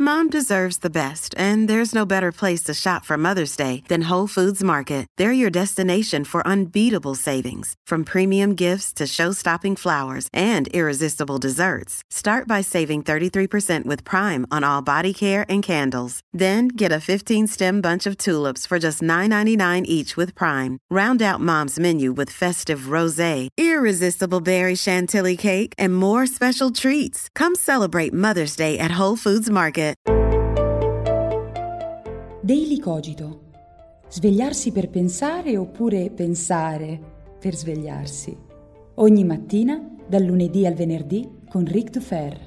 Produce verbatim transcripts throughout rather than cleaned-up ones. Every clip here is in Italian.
Mom deserves the best, and there's no better place to shop for Mother's Day than Whole Foods Market. They're your destination for unbeatable savings, from premium gifts to show-stopping flowers and irresistible desserts. Start by saving thirty-three percent with Prime on all body care and candles. Then get a fifteen-stem bunch of tulips for just nine ninety-nine each with Prime. Round out Mom's menu with festive rosé, irresistible berry chantilly cake, and more special treats. Come celebrate Mother's Day at Whole Foods Market. Daily Cogito. Svegliarsi per pensare oppure pensare per svegliarsi. Ogni mattina, dal lunedì al venerdì, con Ric Dufer.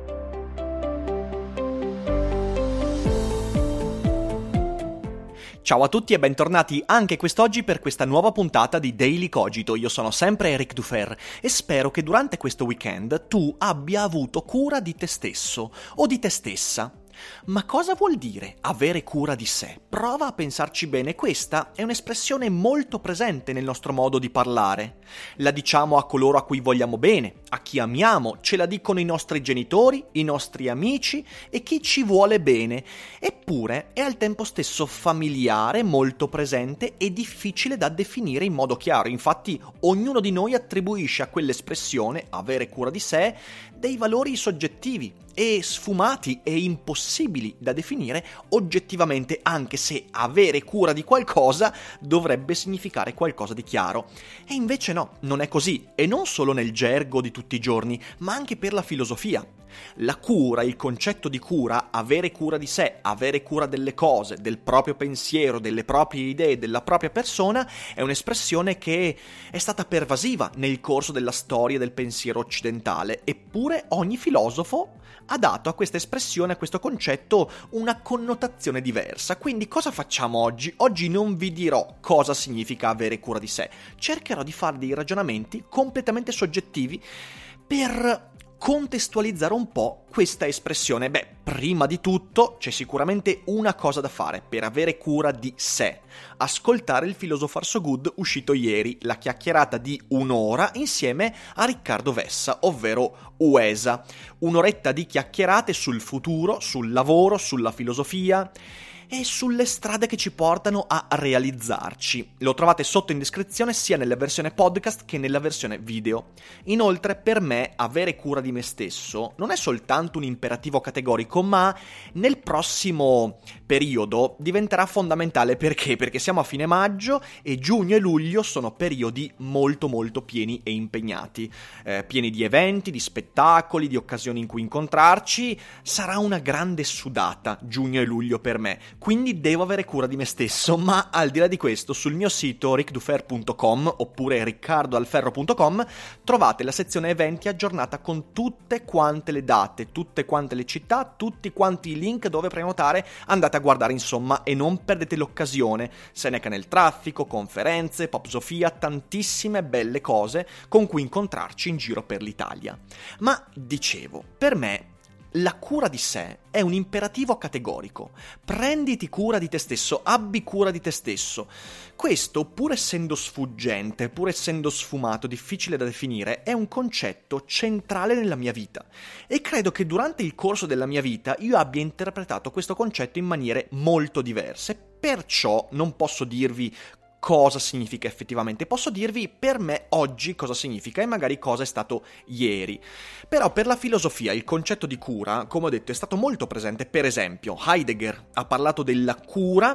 Ciao a tutti e bentornati anche quest'oggi per questa nuova puntata di Daily Cogito. Io sono sempre Eric Dufer e spero che durante questo weekend tu abbia avuto cura di te stesso o di te stessa. Ma cosa vuol dire avere cura di sé? Prova a pensarci bene, questa è un'espressione molto presente nel nostro modo di parlare. La diciamo a coloro a cui vogliamo bene, a chi amiamo, ce la dicono i nostri genitori, i nostri amici e chi ci vuole bene. Eppure è al tempo stesso familiare, molto presente e difficile da definire in modo chiaro. Infatti ognuno di noi attribuisce a quell'espressione, avere cura di sé, dei valori soggettivi e sfumati e impossibili da definire oggettivamente, anche se avere cura di qualcosa dovrebbe significare qualcosa di chiaro. E invece no, non è così, e non solo nel gergo di tutti i giorni, ma anche per la filosofia. La cura, il concetto di cura, avere cura di sé, avere cura delle cose, del proprio pensiero, delle proprie idee, della propria persona, è un'espressione che è stata pervasiva nel corso della storia del pensiero occidentale, eppure ogni filosofo ha dato a questa espressione, a questo concetto, una connotazione diversa. Quindi cosa facciamo oggi? Oggi non vi dirò cosa significa avere cura di sé, cercherò di fare dei ragionamenti completamente soggettivi per contestualizzare un po' questa espressione. Beh, prima di tutto c'è sicuramente una cosa da fare per avere cura di sé: ascoltare il Philosopher So Good uscito ieri, la chiacchierata di un'ora insieme a Riccardo Vessa, ovvero U E S A. Un'oretta di chiacchierate sul futuro, sul lavoro, sulla filosofia e sulle strade che ci portano a realizzarci. Lo trovate sotto in descrizione sia nella versione podcast che nella versione video. Inoltre, per me, avere cura di me stesso non è soltanto un imperativo categorico, ma nel prossimo periodo diventerà fondamentale. Perché? Perché siamo a fine maggio e giugno e luglio sono periodi molto molto pieni e impegnati, eh, pieni di eventi, di spettacoli, di occasioni in cui incontrarci. Sarà una grande sudata giugno e luglio per me. Quindi devo avere cura di me stesso, ma al di là di questo, sul mio sito ric dufer punto com oppure riccardo alferro punto com trovate la sezione eventi aggiornata con tutte quante le date, tutte quante le città, tutti quanti i link dove prenotare. Andate a guardare insomma e non perdete l'occasione. Seneca nel traffico, conferenze, Pop Sofia, tantissime belle cose con cui incontrarci in giro per l'Italia. Ma dicevo, per me la cura di sé è un imperativo categorico. Prenditi cura di te stesso, abbi cura di te stesso. Questo, pur essendo sfuggente, pur essendo sfumato, difficile da definire, è un concetto centrale nella mia vita. E credo che durante il corso della mia vita io abbia interpretato questo concetto in maniere molto diverse. Perciò non posso dirvi cosa significa effettivamente, posso dirvi per me oggi cosa significa e magari cosa è stato ieri. Però per la filosofia il concetto di cura, come ho detto, è stato molto presente. Per esempio, Heidegger ha parlato della cura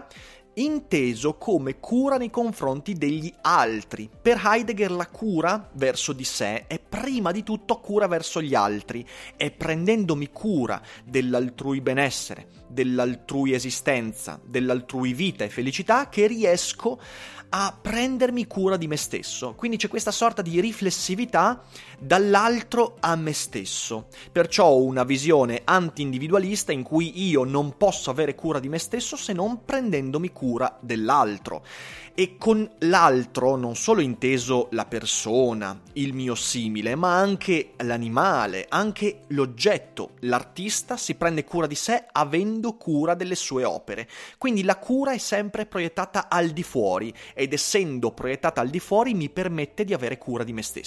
inteso come cura nei confronti degli altri. Per Heidegger la cura verso di sé è prima di tutto cura verso gli altri, è prendendomi cura dell'altrui benessere, dell'altrui esistenza, dell'altrui vita e felicità che riesco a prendermi cura di me stesso. Quindi c'è questa sorta di riflessività dall'altro a me stesso. Perciò ho una visione anti-individualista in cui io non posso avere cura di me stesso se non prendendomi cura dell'altro. E con l'altro non solo inteso la persona, il mio simile, ma anche l'animale, anche l'oggetto. L'artista si prende cura di sé avendo cura delle sue opere. Quindi la cura è sempre proiettata al di fuori, ed essendo proiettata al di fuori mi permette di avere cura di me stesso.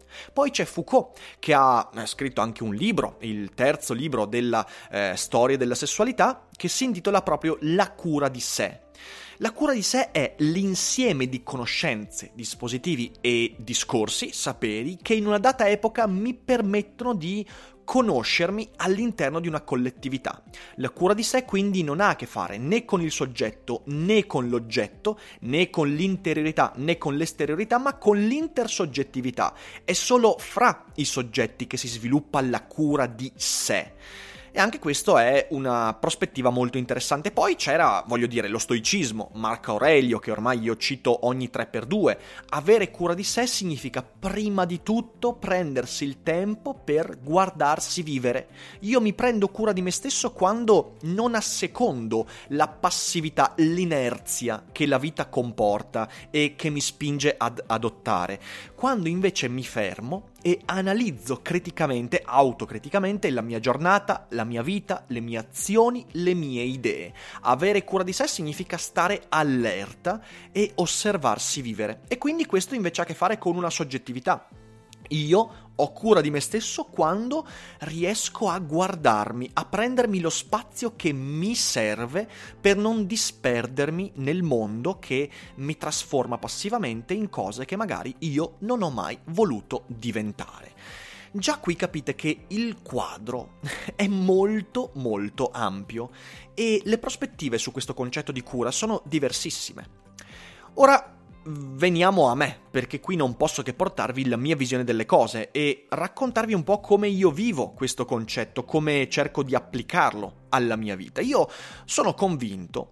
Poi c'è Foucault, che ha scritto anche un libro, il terzo libro della eh, storia della sessualità, che si intitola proprio La cura di sé. La cura di sé è l'insieme di conoscenze, dispositivi e discorsi, saperi, che in una data epoca mi permettono di conoscermi all'interno di una collettività. La cura di sé quindi non ha a che fare né con il soggetto, né con l'oggetto, né con l'interiorità, né con l'esteriorità, ma con l'intersoggettività. È solo fra i soggetti che si sviluppa la cura di sé. E anche questo è una prospettiva molto interessante. Poi c'era, voglio dire, lo stoicismo, Marco Aurelio, che ormai io cito ogni tre per due. Avere cura di sé significa prima di tutto prendersi il tempo per guardarsi vivere. Io mi prendo cura di me stesso quando non assecondo la passività, l'inerzia che la vita comporta e che mi spinge ad adottare. Quando invece mi fermo e analizzo criticamente, autocriticamente, la mia giornata, la mia vita, le mie azioni, le mie idee. Avere cura di sé significa stare allerta e osservarsi vivere. E quindi questo invece ha a che fare con una soggettività. Io ho cura di me stesso quando riesco a guardarmi, a prendermi lo spazio che mi serve per non disperdermi nel mondo che mi trasforma passivamente in cose che magari io non ho mai voluto diventare. Già qui capite che il quadro è molto molto ampio e le prospettive su questo concetto di cura sono diversissime. Ora veniamo a me, perché qui non posso che portarvi la mia visione delle cose e raccontarvi un po' come io vivo questo concetto, come cerco di applicarlo alla mia vita. Io sono convinto,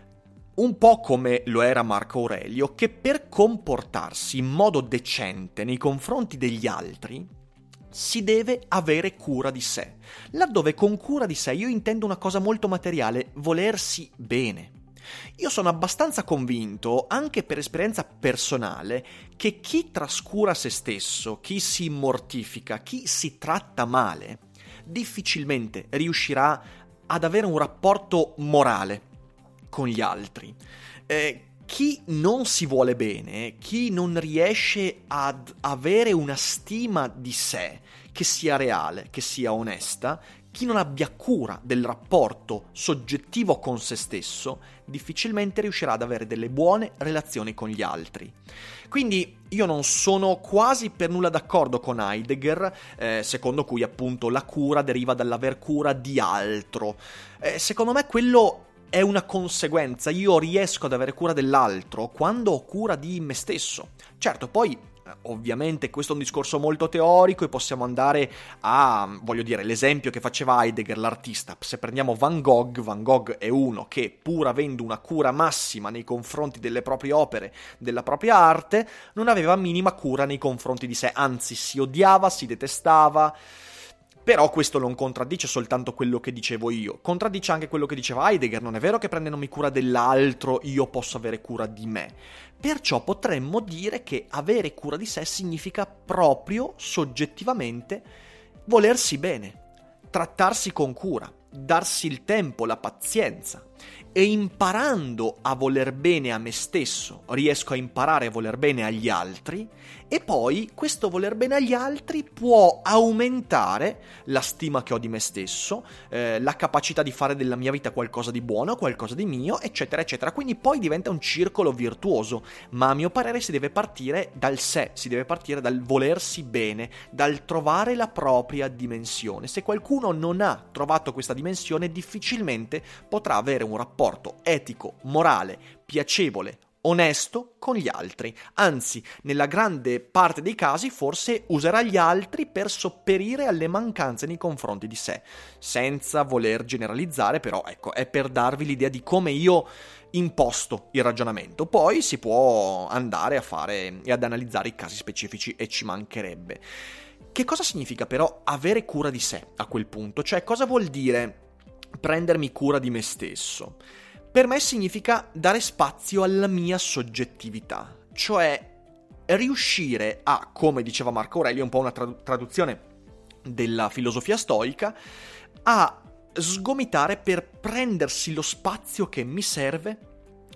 un po' come lo era Marco Aurelio, che per comportarsi in modo decente nei confronti degli altri si deve avere cura di sé. Laddove con cura di sé io intendo una cosa molto materiale, volersi bene. Io sono abbastanza convinto, anche per esperienza personale, che chi trascura se stesso, chi si mortifica, chi si tratta male, difficilmente riuscirà ad avere un rapporto morale con gli altri. Eh, chi non si vuole bene, chi non riesce ad avere una stima di sé che sia reale, che sia onesta, chi non abbia cura del rapporto soggettivo con se stesso, difficilmente riuscirà ad avere delle buone relazioni con gli altri. Quindi io non sono quasi per nulla d'accordo con Heidegger, eh, secondo cui appunto la cura deriva dall'aver cura di altro. Eh, secondo me quello è una conseguenza. Io riesco ad avere cura dell'altro quando ho cura di me stesso. Certo, poi ovviamente questo è un discorso molto teorico e possiamo andare a, voglio dire, l'esempio che faceva Heidegger, l'artista. Se prendiamo Van Gogh, Van Gogh è uno che, pur avendo una cura massima nei confronti delle proprie opere, della propria arte, non aveva minima cura nei confronti di sé, anzi si odiava, si detestava. Però questo non contraddice soltanto quello che dicevo io, contraddice anche quello che diceva Heidegger. Non è vero che prendendomi cura dell'altro io posso avere cura di me. Perciò potremmo dire che avere cura di sé significa proprio soggettivamente volersi bene, trattarsi con cura, darsi il tempo, la pazienza. E imparando a voler bene a me stesso, riesco a imparare a voler bene agli altri, e poi questo voler bene agli altri può aumentare la stima che ho di me stesso, eh, la capacità di fare della mia vita qualcosa di buono, qualcosa di mio, eccetera, eccetera. Quindi poi diventa un circolo virtuoso, ma a mio parere si deve partire dal sé, si deve partire dal volersi bene, dal trovare la propria dimensione. Se qualcuno non ha trovato questa dimensione, difficilmente potrà avere un rapporto etico, morale, piacevole, onesto con gli altri. Anzi, nella grande parte dei casi forse userà gli altri per sopperire alle mancanze nei confronti di sé. Senza voler generalizzare, però, ecco, è per darvi l'idea di come io imposto il ragionamento. Poi si può andare a fare e ad analizzare i casi specifici, e ci mancherebbe. Che cosa significa però avere cura di sé a quel punto? Cioè, cosa vuol dire prendermi cura di me stesso? Per me significa dare spazio alla mia soggettività, cioè riuscire a, come diceva Marco Aurelio, un po' una trad- traduzione della filosofia stoica, a sgomitare per prendersi lo spazio che mi serve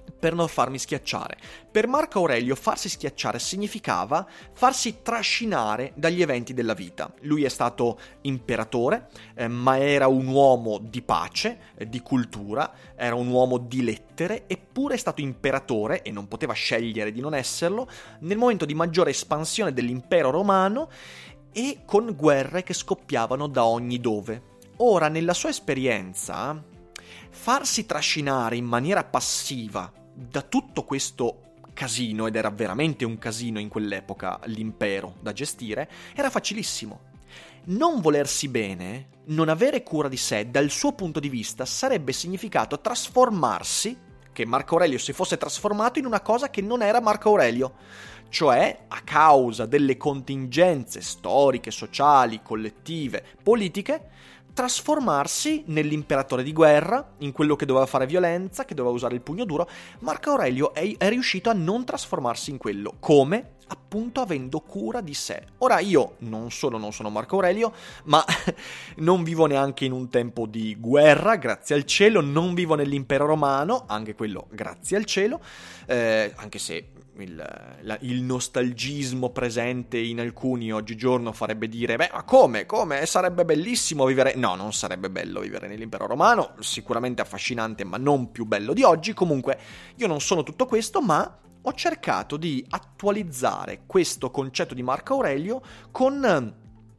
per non farmi schiacciare. Per Marco Aurelio farsi schiacciare significava farsi trascinare dagli eventi della vita. Lui è stato imperatore, eh, ma era un uomo di pace, eh, di cultura, era un uomo di lettere, eppure è stato imperatore, e non poteva scegliere di non esserlo, nel momento di maggiore espansione dell'impero romano e con guerre che scoppiavano da ogni dove. Ora, nella sua esperienza, farsi trascinare in maniera passiva da tutto questo casino, ed era veramente un casino in quell'epoca l'impero da gestire, era facilissimo. Non volersi bene, non avere cura di sé, dal suo punto di vista sarebbe significato trasformarsi, che Marco Aurelio si fosse trasformato in una cosa che non era Marco Aurelio, cioè a causa delle contingenze storiche, sociali, collettive, politiche, trasformarsi nell'imperatore di guerra, in quello che doveva fare violenza, che doveva usare il pugno duro. Marco Aurelio è, è riuscito a non trasformarsi in quello. Come? Appunto avendo cura di sé. Ora io non solo non sono Marco Aurelio, ma non vivo neanche in un tempo di guerra, grazie al cielo, non vivo nell'impero romano, anche quello grazie al cielo, eh, anche se Il, la, il nostalgismo presente in alcuni oggigiorno farebbe dire: beh, ma come? Come? Sarebbe bellissimo vivere... No, non sarebbe bello vivere nell'impero romano, sicuramente affascinante, ma non più bello di oggi. Comunque, io non sono tutto questo, ma ho cercato di attualizzare questo concetto di Marco Aurelio con,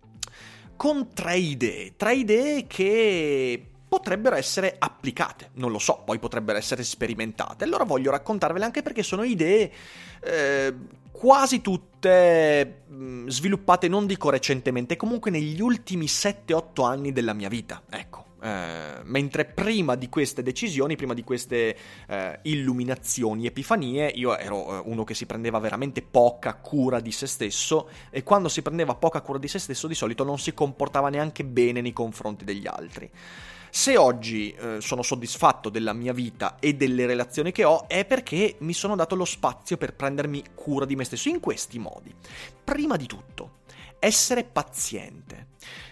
con tre idee. Tre idee che potrebbero essere applicate, non lo so, poi potrebbero essere sperimentate. Allora voglio raccontarvele anche perché sono idee eh, quasi tutte mh, sviluppate, non dico recentemente, comunque negli ultimi sette otto anni della mia vita, ecco. Eh, mentre prima di queste decisioni, prima di queste eh, illuminazioni, epifanie, io ero eh, uno che si prendeva veramente poca cura di se stesso, e quando si prendeva poca cura di se stesso di solito non si comportava neanche bene nei confronti degli altri. Se oggi eh, sono soddisfatto della mia vita e delle relazioni che ho, è perché mi sono dato lo spazio per prendermi cura di me stesso in questi modi. Prima di tutto, essere paziente.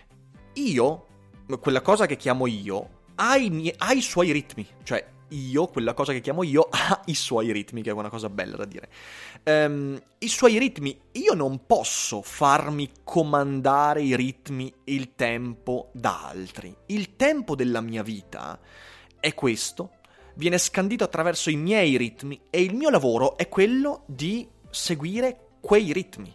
Io, quella cosa che chiamo io, ha i, mie- ha i suoi ritmi, cioè io, quella cosa che chiamo io, ha i suoi ritmi, che è una cosa bella da dire. Um, I suoi ritmi, io non posso farmi comandare i ritmi, il tempo da altri. Il tempo della mia vita è questo, viene scandito attraverso i miei ritmi, e il mio lavoro è quello di seguire quei ritmi.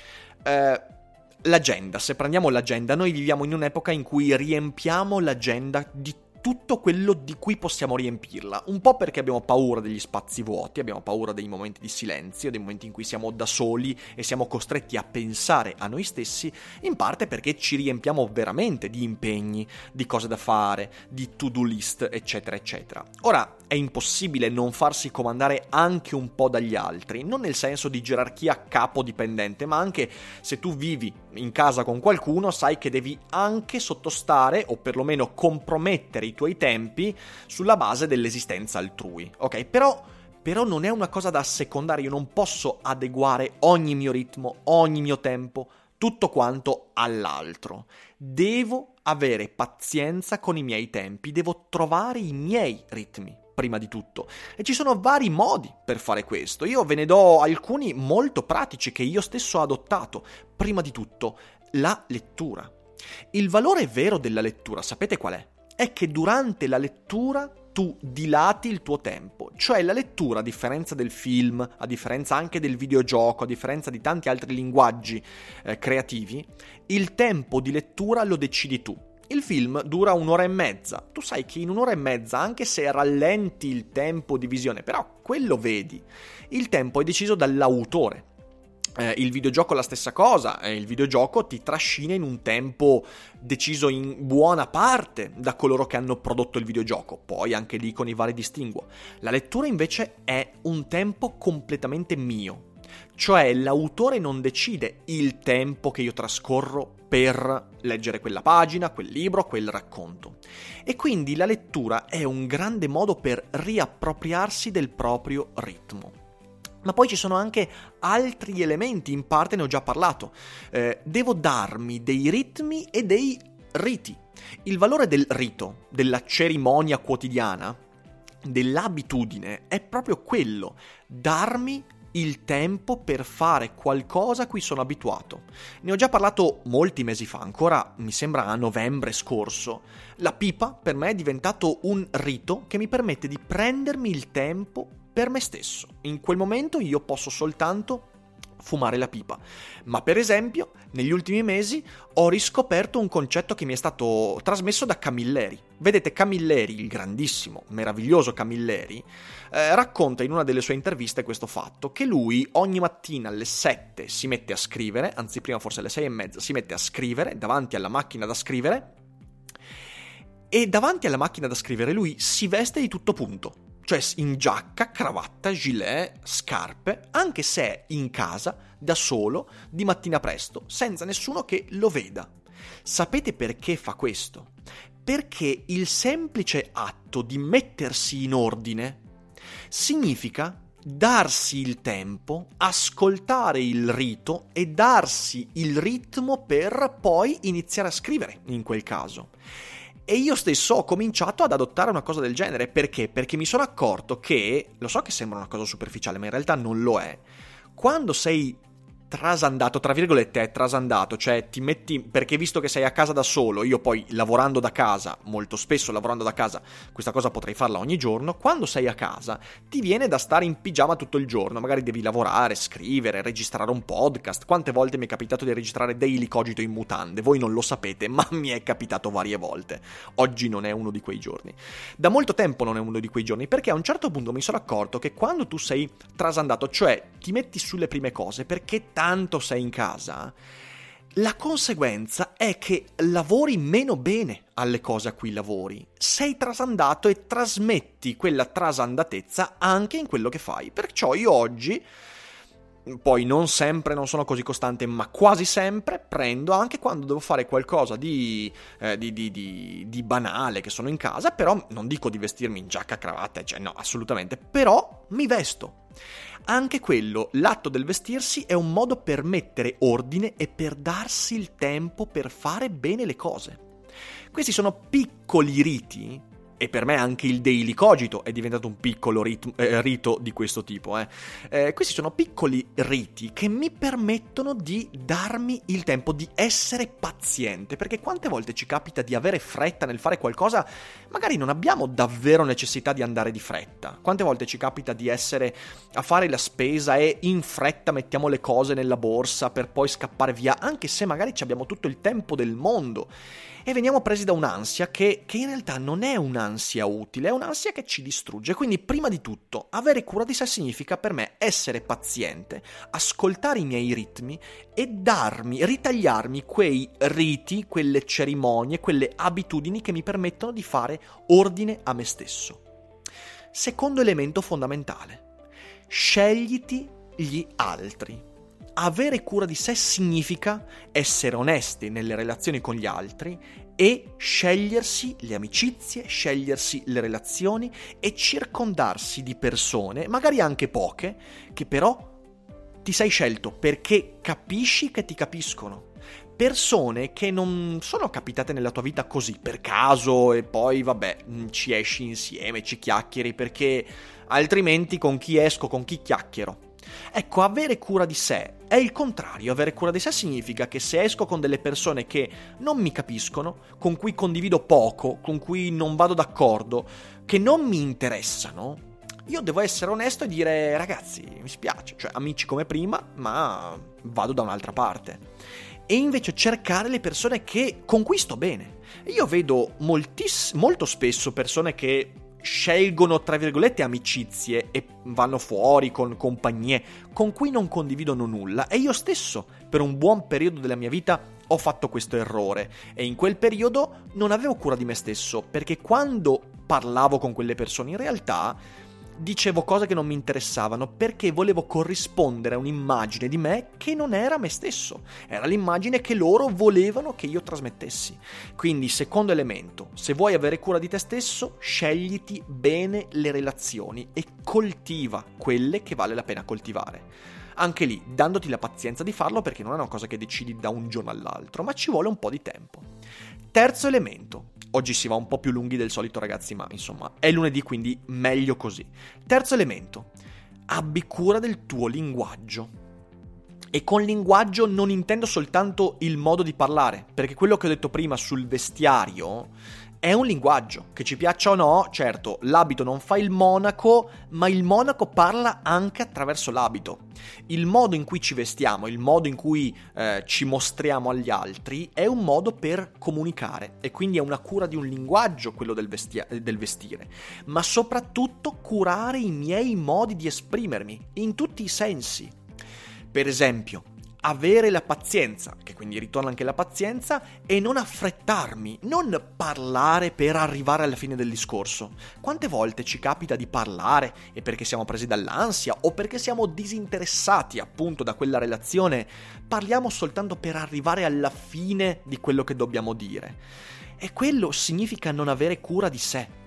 Uh, l'agenda, se prendiamo l'agenda, noi viviamo in un'epoca in cui riempiamo l'agenda di tutto quello di cui possiamo riempirla, un po' perché abbiamo paura degli spazi vuoti, abbiamo paura dei momenti di silenzio, dei momenti in cui siamo da soli e siamo costretti a pensare a noi stessi, in parte perché ci riempiamo veramente di impegni, di cose da fare, di to-do list, eccetera, eccetera. Ora, è impossibile non farsi comandare anche un po' dagli altri, non nel senso di gerarchia capo-dipendente, ma anche se tu vivi in casa con qualcuno, sai che devi anche sottostare, o perlomeno compromettere i tuoi tempi sulla base dell'esistenza altrui, ok? Però, però non è una cosa da assecondare, io non posso adeguare ogni mio ritmo, ogni mio tempo, tutto quanto all'altro. Devo avere pazienza con i miei tempi, devo trovare i miei ritmi, prima di tutto. E ci sono vari modi per fare questo. Io ve ne do alcuni molto pratici che io stesso ho adottato. Prima di tutto, la lettura. Il valore vero della lettura, sapete qual è? È che durante la lettura tu dilati il tuo tempo, cioè la lettura, a differenza del film, a differenza anche del videogioco, a differenza di tanti altri linguaggi eh, creativi, il tempo di lettura lo decidi tu. Il film dura un'ora e mezza, tu sai che in un'ora e mezza, anche se rallenti il tempo di visione, però quello vedi, il tempo è deciso dall'autore. Eh, il videogioco è la stessa cosa, eh, il videogioco ti trascina in un tempo deciso in buona parte da coloro che hanno prodotto il videogioco, poi anche lì con i vari distinguo. La lettura invece è un tempo completamente mio, cioè l'autore non decide il tempo che io trascorro per leggere quella pagina, quel libro, quel racconto. E quindi la lettura è un grande modo per riappropriarsi del proprio ritmo. Ma poi ci sono anche altri elementi, in parte ne ho già parlato. Eh, devo darmi dei ritmi e dei riti. Il valore del rito, della cerimonia quotidiana, dell'abitudine è proprio quello, darmi il tempo per fare qualcosa a cui sono abituato. Ne ho già parlato molti mesi fa, ancora mi sembra a novembre scorso. La pipa per me è diventato un rito che mi permette di prendermi il tempo per me stesso. In quel momento io posso soltanto fumare la pipa, ma per esempio negli ultimi mesi ho riscoperto un concetto che mi è stato trasmesso da Camilleri. Vedete, Camilleri, il grandissimo, meraviglioso Camilleri, eh, racconta in una delle sue interviste questo fatto, che lui ogni mattina alle sette si mette a scrivere, anzi prima forse alle sei e mezza si mette a scrivere davanti alla macchina da scrivere, e davanti alla macchina da scrivere lui si veste di tutto punto. Cioè in giacca, cravatta, gilet, scarpe, anche se è in casa, da solo, di mattina presto, senza nessuno che lo veda. Sapete perché fa questo? Perché il semplice atto di mettersi in ordine significa darsi il tempo, ascoltare il rito e darsi il ritmo per poi iniziare a scrivere, in quel caso. E io stesso ho cominciato ad adottare una cosa del genere. Perché? Perché mi sono accorto che, lo so che sembra una cosa superficiale, ma in realtà non lo è. Quando sei trasandato, tra virgolette è trasandato, cioè ti metti, perché visto che sei a casa da solo, io poi lavorando da casa, molto spesso lavorando da casa, questa cosa potrei farla ogni giorno, quando sei a casa ti viene da stare in pigiama tutto il giorno, magari devi lavorare, scrivere, registrare un podcast. Quante volte mi è capitato di registrare Daily Cogito in mutande? Voi non lo sapete, ma mi è capitato varie volte. Oggi non è uno di quei giorni. Da molto tempo non è uno di quei giorni, perché a un certo punto mi sono accorto che quando tu sei trasandato, cioè ti metti sulle prime cose perché tanto sei in casa, la conseguenza è che lavori meno bene alle cose a cui lavori. Sei trasandato e trasmetti quella trasandatezza anche in quello che fai. Perciò io oggi, poi non sempre, non sono così costante, ma quasi sempre prendo, anche quando devo fare qualcosa di, eh, di, di, di, di banale, che sono in casa, però non dico di vestirmi in giacca, cravatta, cioè no, assolutamente, però mi vesto. Anche quello, l'atto del vestirsi, è un modo per mettere ordine e per darsi il tempo per fare bene le cose. Questi sono piccoli riti, e per me anche il Daily Cogito è diventato un piccolo rit- eh, rito di questo tipo. Eh. Eh, questi sono piccoli riti che mi permettono di darmi il tempo, di essere paziente, perché quante volte ci capita di avere fretta nel fare qualcosa, magari non abbiamo davvero necessità di andare di fretta. Quante volte ci capita di essere a fare la spesa e in fretta mettiamo le cose nella borsa per poi scappare via, anche se magari ci abbiamo tutto il tempo del mondo, e veniamo presi da un'ansia che, che in realtà non è un'ansia utile, è un'ansia che ci distrugge. Quindi prima di tutto avere cura di sé significa per me essere paziente, ascoltare i miei ritmi e darmi, ritagliarmi quei riti, quelle cerimonie, quelle abitudini che mi permettono di fare ordine a me stesso. Secondo elemento fondamentale: scegliti gli altri. Avere cura di sé significa essere onesti nelle relazioni con gli altri e scegliersi le amicizie, scegliersi le relazioni e circondarsi di persone, magari anche poche, che però ti sei scelto perché capisci che ti capiscono. Persone che non sono capitate nella tua vita così, per caso, e poi vabbè, ci esci insieme, ci chiacchieri, perché altrimenti con chi esco, con chi chiacchiero? Ecco, avere cura di sé è il contrario. Avere cura di sé significa che se esco con delle persone che non mi capiscono, con cui condivido poco, con cui non vado d'accordo, che non mi interessano, io devo essere onesto e dire: ragazzi, mi spiace, cioè amici come prima, ma vado da un'altra parte. E invece cercare le persone che con cui sto bene. Io vedo moltiss- molto spesso persone che scelgono, tra virgolette, amicizie e vanno fuori con compagnie con cui non condividono nulla, e io stesso per un buon periodo della mia vita ho fatto questo errore, e in quel periodo non avevo cura di me stesso, perché quando parlavo con quelle persone in realtà dicevo cose che non mi interessavano, perché volevo corrispondere a un'immagine di me che non era me stesso, era l'immagine che loro volevano che io trasmettessi. Quindi, secondo elemento, se vuoi avere cura di te stesso, scegliti bene le relazioni e coltiva quelle che vale la pena coltivare. Anche lì, dandoti la pazienza di farlo, perché non è una cosa che decidi da un giorno all'altro, ma ci vuole un po' di tempo. Terzo elemento, Oggi si va un po' più lunghi del solito, ragazzi, ma insomma, è lunedì, quindi meglio così. Terzo elemento, abbi cura del tuo linguaggio. E con linguaggio non intendo soltanto il modo di parlare, perché quello che ho detto prima sul vestiario è un linguaggio, che ci piaccia o no. Certo, l'abito non fa il monaco, ma il monaco parla anche attraverso l'abito. Il modo in cui ci vestiamo, il modo in cui eh, ci mostriamo agli altri è un modo per comunicare, e quindi è una cura di un linguaggio quello del, vestia- del vestire, ma soprattutto curare i miei modi di esprimermi in tutti i sensi. Per esempio, avere la pazienza, che quindi ritorna anche la pazienza, e non affrettarmi, non parlare per arrivare alla fine del discorso. Quante volte ci capita di parlare e perché siamo presi dall'ansia o perché siamo disinteressati appunto da quella relazione, parliamo soltanto per arrivare alla fine di quello che dobbiamo dire. E quello significa non avere cura di sé.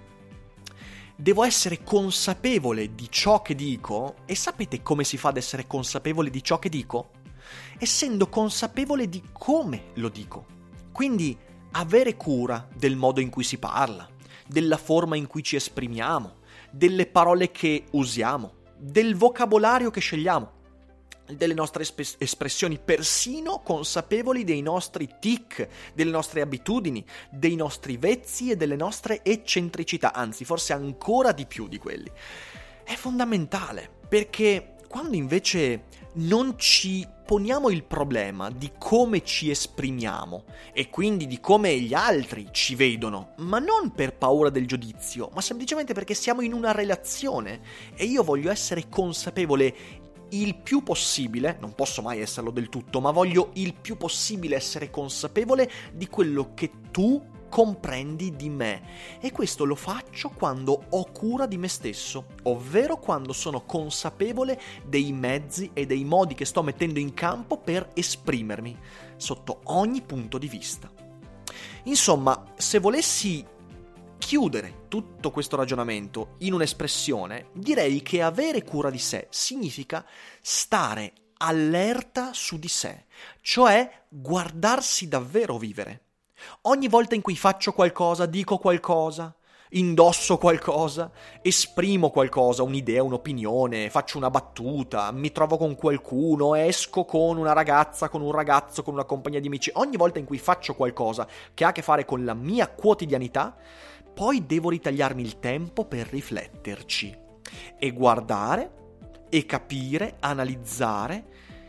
Devo essere consapevole di ciò che dico, e sapete come si fa ad essere consapevole di ciò che dico? Essendo consapevole di come lo dico. Quindi avere cura del modo in cui si parla, della forma in cui ci esprimiamo, delle parole che usiamo, del vocabolario che scegliamo, delle nostre esp- espressioni, persino consapevoli dei nostri tic, delle nostre abitudini, dei nostri vezzi e delle nostre eccentricità, anzi forse ancora di più di quelli. È fondamentale, perché quando invece non ci poniamo il problema di come ci esprimiamo e quindi di come gli altri ci vedono, ma non per paura del giudizio, ma semplicemente perché siamo in una relazione e io voglio essere consapevole il più possibile, non posso mai esserlo del tutto, ma voglio il più possibile essere consapevole di quello che tu comprendi di me, e questo lo faccio quando ho cura di me stesso, ovvero quando sono consapevole dei mezzi e dei modi che sto mettendo in campo per esprimermi sotto ogni punto di vista. Insomma, se volessi chiudere tutto questo ragionamento in un'espressione, direi che avere cura di sé significa stare allerta su di sé, cioè guardarsi davvero vivere. Ogni volta in cui faccio qualcosa, dico qualcosa, indosso qualcosa, esprimo qualcosa, un'idea, un'opinione, faccio una battuta, mi trovo con qualcuno, esco con una ragazza, con un ragazzo, con una compagnia di amici, ogni volta in cui faccio qualcosa che ha a che fare con la mia quotidianità, poi devo ritagliarmi il tempo per rifletterci e guardare e capire, analizzare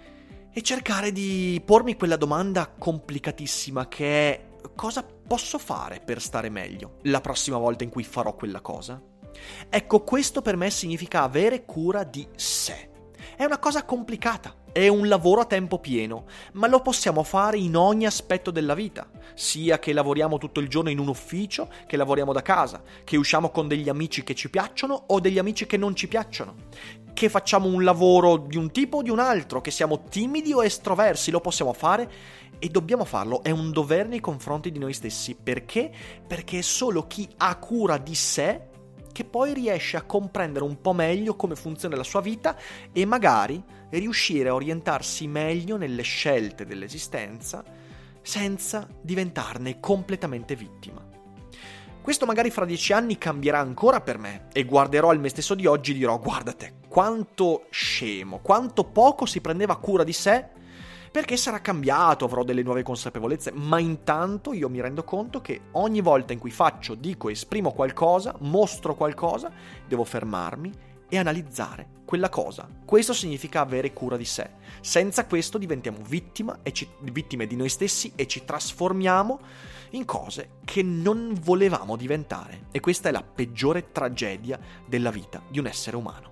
e cercare di pormi quella domanda complicatissima che è: cosa posso fare per stare meglio la prossima volta in cui farò quella cosa? Ecco, questo per me significa avere cura di sé. È una cosa complicata, è un lavoro a tempo pieno, ma lo possiamo fare in ogni aspetto della vita, sia che lavoriamo tutto il giorno in un ufficio, che lavoriamo da casa, che usciamo con degli amici che ci piacciono o degli amici che non ci piacciono, che facciamo un lavoro di un tipo o di un altro, che siamo timidi o estroversi, lo possiamo fare e dobbiamo farlo, è un dovere nei confronti di noi stessi. Perché? Perché è solo chi ha cura di sé che poi riesce a comprendere un po' meglio come funziona la sua vita e magari riuscire a orientarsi meglio nelle scelte dell'esistenza senza diventarne completamente vittima. Questo magari fra dieci anni cambierà ancora per me e guarderò al me stesso di oggi e dirò: guarda te, quanto scemo, quanto poco si prendeva cura di sé, perché sarà cambiato, avrò delle nuove consapevolezze, ma intanto io mi rendo conto che ogni volta in cui faccio, dico, esprimo qualcosa, mostro qualcosa, devo fermarmi e analizzare quella cosa. Questo significa avere cura di sé. Senza questo diventiamo vittima e ci, vittime di noi stessi e ci trasformiamo in cose che non volevamo diventare. E questa è la peggiore tragedia della vita di un essere umano.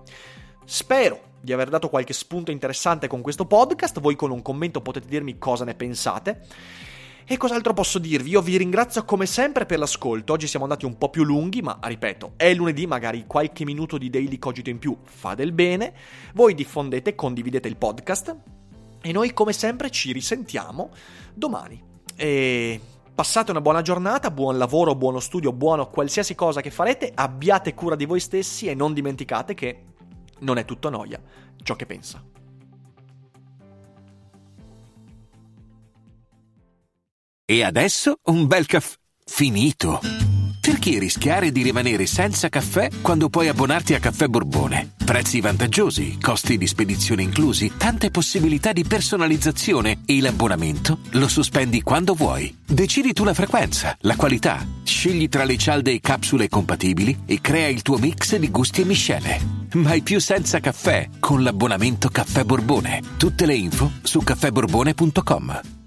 Spero di aver dato qualche spunto interessante con questo podcast. Voi con un commento potete dirmi cosa ne pensate. E cos'altro posso dirvi? Io vi ringrazio come sempre per l'ascolto. Oggi siamo andati un po' più lunghi, ma ripeto, è lunedì, magari qualche minuto di Daily Cogito in più fa del bene. Voi diffondete, condividete il podcast e noi come sempre ci risentiamo domani. E passate una buona giornata, buon lavoro, buono studio, buono qualsiasi cosa che farete. Abbiate cura di voi stessi e non dimenticate che non è tutto noia ciò che pensa. E adesso un bel caffè finito. Perché rischiare di rimanere senza caffè quando puoi abbonarti a Caffè Borbone? Prezzi vantaggiosi, costi di spedizione inclusi, tante possibilità di personalizzazione e l'abbonamento lo sospendi quando vuoi. Decidi tu la frequenza, la qualità, scegli tra le cialde e capsule compatibili e crea il tuo mix di gusti e miscele. Mai più senza caffè con l'abbonamento Caffè Borbone. Tutte le info su caffè borbone punto com.